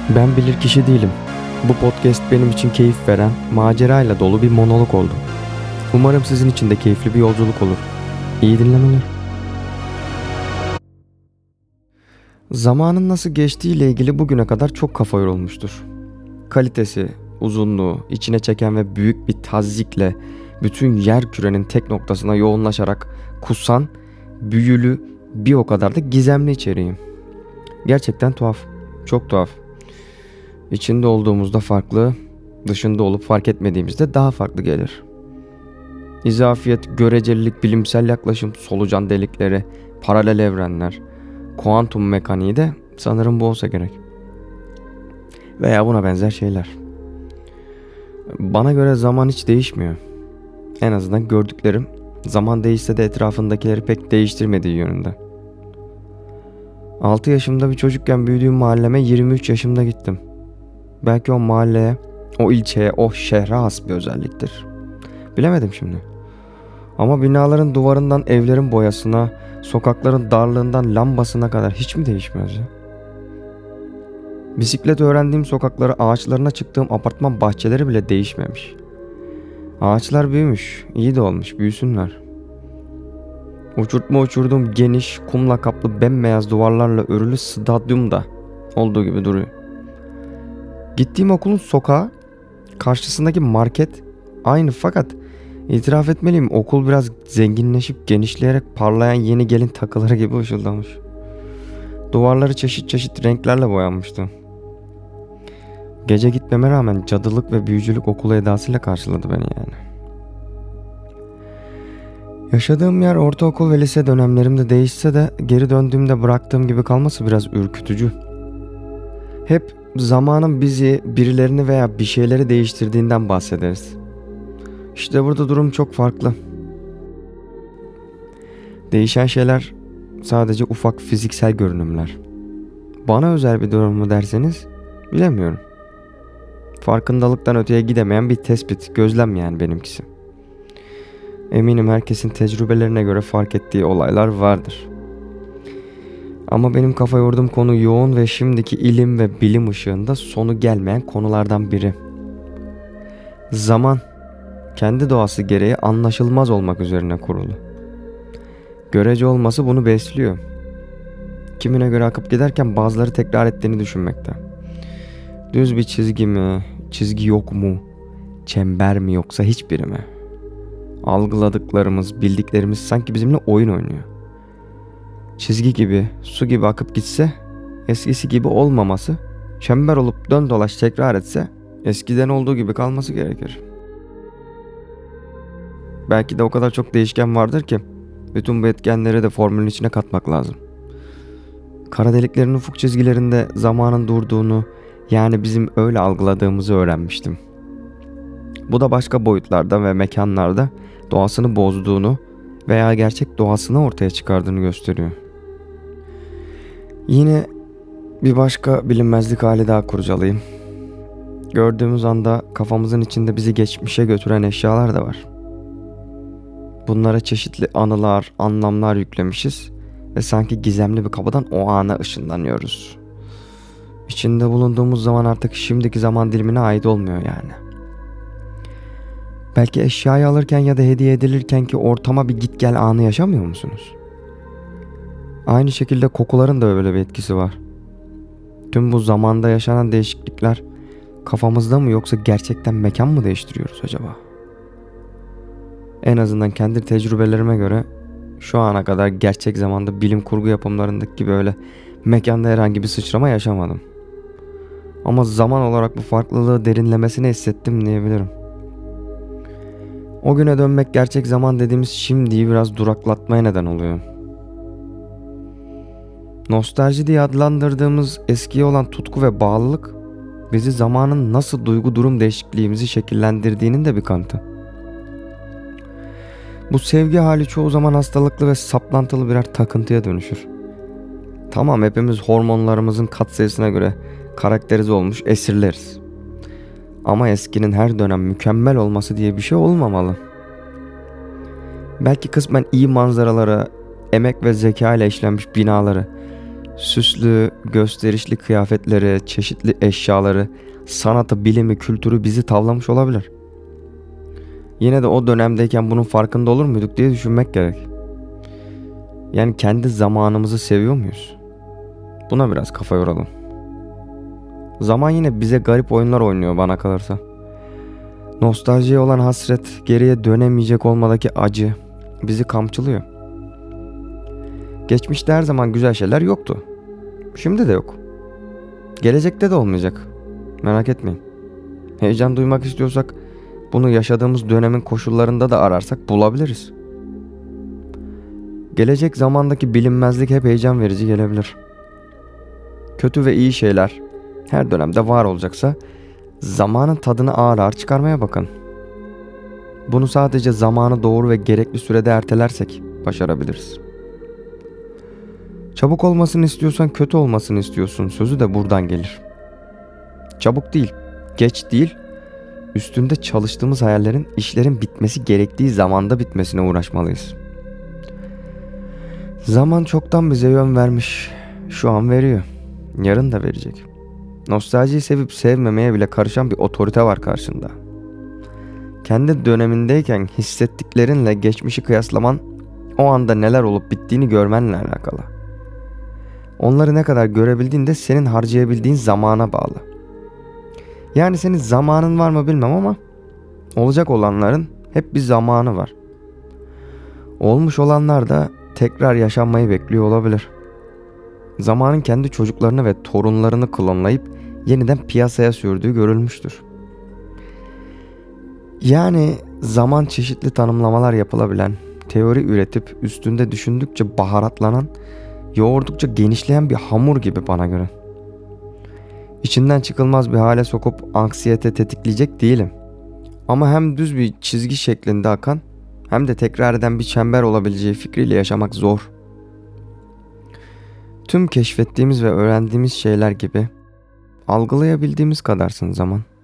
Ben bilirkişi değilim. Bu podcast benim için keyif veren, macerayla dolu bir monolog oldu. Umarım sizin için de keyifli bir yolculuk olur. İyi dinlemeler. Zamanın nasıl geçtiğiyle ilgili bugüne kadar çok kafa yorulmuştur. Kalitesi, uzunluğu, içine çeken ve büyük bir tazyikle bütün yer kürenin tek noktasına yoğunlaşarak kusan, büyülü, bir o kadar da gizemli içeriğim. Gerçekten tuhaf, çok tuhaf. İçinde olduğumuzda farklı, dışında olup fark etmediğimizde daha farklı gelir. İzafiyet, görecelilik, bilimsel yaklaşım, solucan delikleri, paralel evrenler, kuantum mekaniği de sanırım bu olsa gerek. Veya buna benzer şeyler. Bana göre zaman hiç değişmiyor. En azından gördüklerim zaman değişse de etrafındakileri pek değiştirmediği yönünde. 6 yaşımda bir çocukken büyüdüğüm mahalleme 23 yaşımda gittim. Belki o mahalleye, o ilçeye, o şehre has bir özelliktir. Bilemedim şimdi. Ama binaların duvarından evlerin boyasına, sokakların darlığından lambasına kadar hiç mi değişmez ya? Bisiklet öğrendiğim sokakları, ağaçlarına çıktığım apartman bahçeleri bile değişmemiş. Ağaçlar büyümüş, iyi de olmuş, büyüsünler. Uçurtma uçurduğum geniş, kumla kaplı bembeyaz duvarlarla örülü stadyum da olduğu gibi duruyor. Gittiğim okulun sokağı, karşısındaki market aynı, fakat itiraf etmeliyim, okul biraz zenginleşip genişleyerek parlayan yeni gelin takıları gibi ışıldamış. Duvarları çeşit çeşit renklerle boyanmıştı. Gece gitmeme rağmen cadılık ve büyücülük okulu edasıyla karşıladı beni yani. Yaşadığım yer ortaokul ve lise dönemlerimde değişse de geri döndüğümde bıraktığım gibi kalması biraz ürkütücü. Hep zamanın bizi, birilerini veya bir şeyleri değiştirdiğinden bahsederiz. İşte burada durum çok farklı. Değişen şeyler sadece ufak fiziksel görünümler. Bana özel bir durum mu derseniz bilemiyorum. Farkındalıktan öteye gidemeyen bir tespit, gözlem yani benimkisi. Eminim herkesin tecrübelerine göre fark ettiği olaylar vardır. Ama benim kafa yorduğum konu yoğun ve şimdiki ilim ve bilim ışığında sonu gelmeyen konulardan biri. Zaman, kendi doğası gereği anlaşılmaz olmak üzerine kurulu. Görece olması bunu besliyor. Kimine göre akıp giderken bazıları tekrar ettiğini düşünmekte. Düz bir çizgi mi, çizgi yok mu, çember mi yoksa hiçbiri mi? Algıladıklarımız, bildiklerimiz sanki bizimle oyun oynuyor. Çizgi gibi, su gibi akıp gitse, eskisi gibi olmaması, çember olup dön dolaş tekrar etse, eskiden olduğu gibi kalması gerekir. Belki de o kadar çok değişken vardır ki, bütün bu etkenleri de formülün içine katmak lazım. Kara deliklerin ufuk çizgilerinde zamanın durduğunu, yani bizim öyle algıladığımızı öğrenmiştim. Bu da başka boyutlarda ve mekanlarda doğasını bozduğunu veya gerçek doğasını ortaya çıkardığını gösteriyor. Yine bir başka bilinmezlik hali daha kurcalayayım. Gördüğümüz anda kafamızın içinde bizi geçmişe götüren eşyalar da var. Bunlara çeşitli anılar, anlamlar yüklemişiz ve sanki gizemli bir kapıdan o ana ışınlanıyoruz. İçinde bulunduğumuz zaman artık şimdiki zaman dilimine ait olmuyor yani. Belki eşyayı alırken ya da hediye edilirken ki ortama bir git gel anı yaşamıyor musunuz? Aynı şekilde kokuların da öyle bir etkisi var. Tüm bu zamanda yaşanan değişiklikler kafamızda mı yoksa gerçekten mekan mı değiştiriyoruz acaba? En azından kendi tecrübelerime göre şu ana kadar gerçek zamanda bilim kurgu yapımlarındaki gibi öyle mekanda herhangi bir sıçrama yaşamadım. Ama zaman olarak bu farklılığı derinlemesine hissettim diyebilirim. O güne dönmek gerçek zaman dediğimiz şimdiyi biraz duraklatmaya neden oluyor. Nostalji diye adlandırdığımız eskiye olan tutku ve bağlılık bizi zamanın nasıl duygu durum değişikliğimizi şekillendirdiğinin de bir kanıtı. Bu sevgi hali çoğu zaman hastalıklı ve saplantılı birer takıntıya dönüşür. Tamam, hepimiz hormonlarımızın katsayısına göre karakterize olmuş esirleriz. Ama eskinin her dönem mükemmel olması diye bir şey olmamalı. Belki kısmen iyi manzaraları, emek ve zeka ile işlenmiş binaları, Süslü, gösterişli kıyafetleri, çeşitli eşyaları, sanatı, bilimi, kültürü bizi tavlamış olabilir. Yine de o dönemdeyken bunun farkında olur muyduk diye düşünmek gerek. Yani kendi zamanımızı seviyor muyuz? Buna biraz kafa yoralım. Zaman yine bize garip oyunlar oynuyor bana kalırsa. Nostaljiye olan hasret, geriye dönemeyecek olmadaki acı bizi kamçılıyor. Geçmişte her zaman güzel şeyler yoktu. Şimdi de yok. Gelecekte de olmayacak. Merak etmeyin. Heyecan duymak istiyorsak bunu yaşadığımız dönemin koşullarında da ararsak bulabiliriz. Gelecek zamandaki bilinmezlik hep heyecan verici gelebilir. Kötü ve iyi şeyler her dönemde var olacaksa zamanın tadını ağır ağır çıkarmaya bakın. Bunu sadece zamanı doğru ve gerekli sürede ertelersek başarabiliriz. Çabuk olmasını istiyorsan kötü olmasını istiyorsun sözü de buradan gelir. Çabuk değil, geç değil, üstünde çalıştığımız hayallerin, işlerin bitmesi gerektiği zamanda bitmesine uğraşmalıyız. Zaman çoktan bize yön vermiş, şu an veriyor, yarın da verecek. Nostaljiyi sevip sevmemeye bile karışan bir otorite var karşında. Kendi dönemindeyken hissettiklerinle geçmişi kıyaslaman, o anda neler olup bittiğini görmenle alakalı. Onları ne kadar görebildiğin de senin harcayabildiğin zamana bağlı. Yani senin zamanın var mı bilmem ama olacak olanların hep bir zamanı var. Olmuş olanlar da tekrar yaşanmayı bekliyor olabilir. Zamanın kendi çocuklarını ve torunlarını klonlayıp yeniden piyasaya sürdüğü görülmüştür. Yani zaman çeşitli tanımlamalar yapılabilen, teori üretip üstünde düşündükçe baharatlanan, yoğurdukça genişleyen bir hamur gibi bana göre. İçinden çıkılmaz bir hale sokup anksiyete tetikleyecek değilim. Ama hem düz bir çizgi şeklinde akan hem de tekrar eden bir çember olabileceği fikriyle yaşamak zor. Tüm keşfettiğimiz ve öğrendiğimiz şeyler gibi algılayabildiğimiz kadarsın zaman.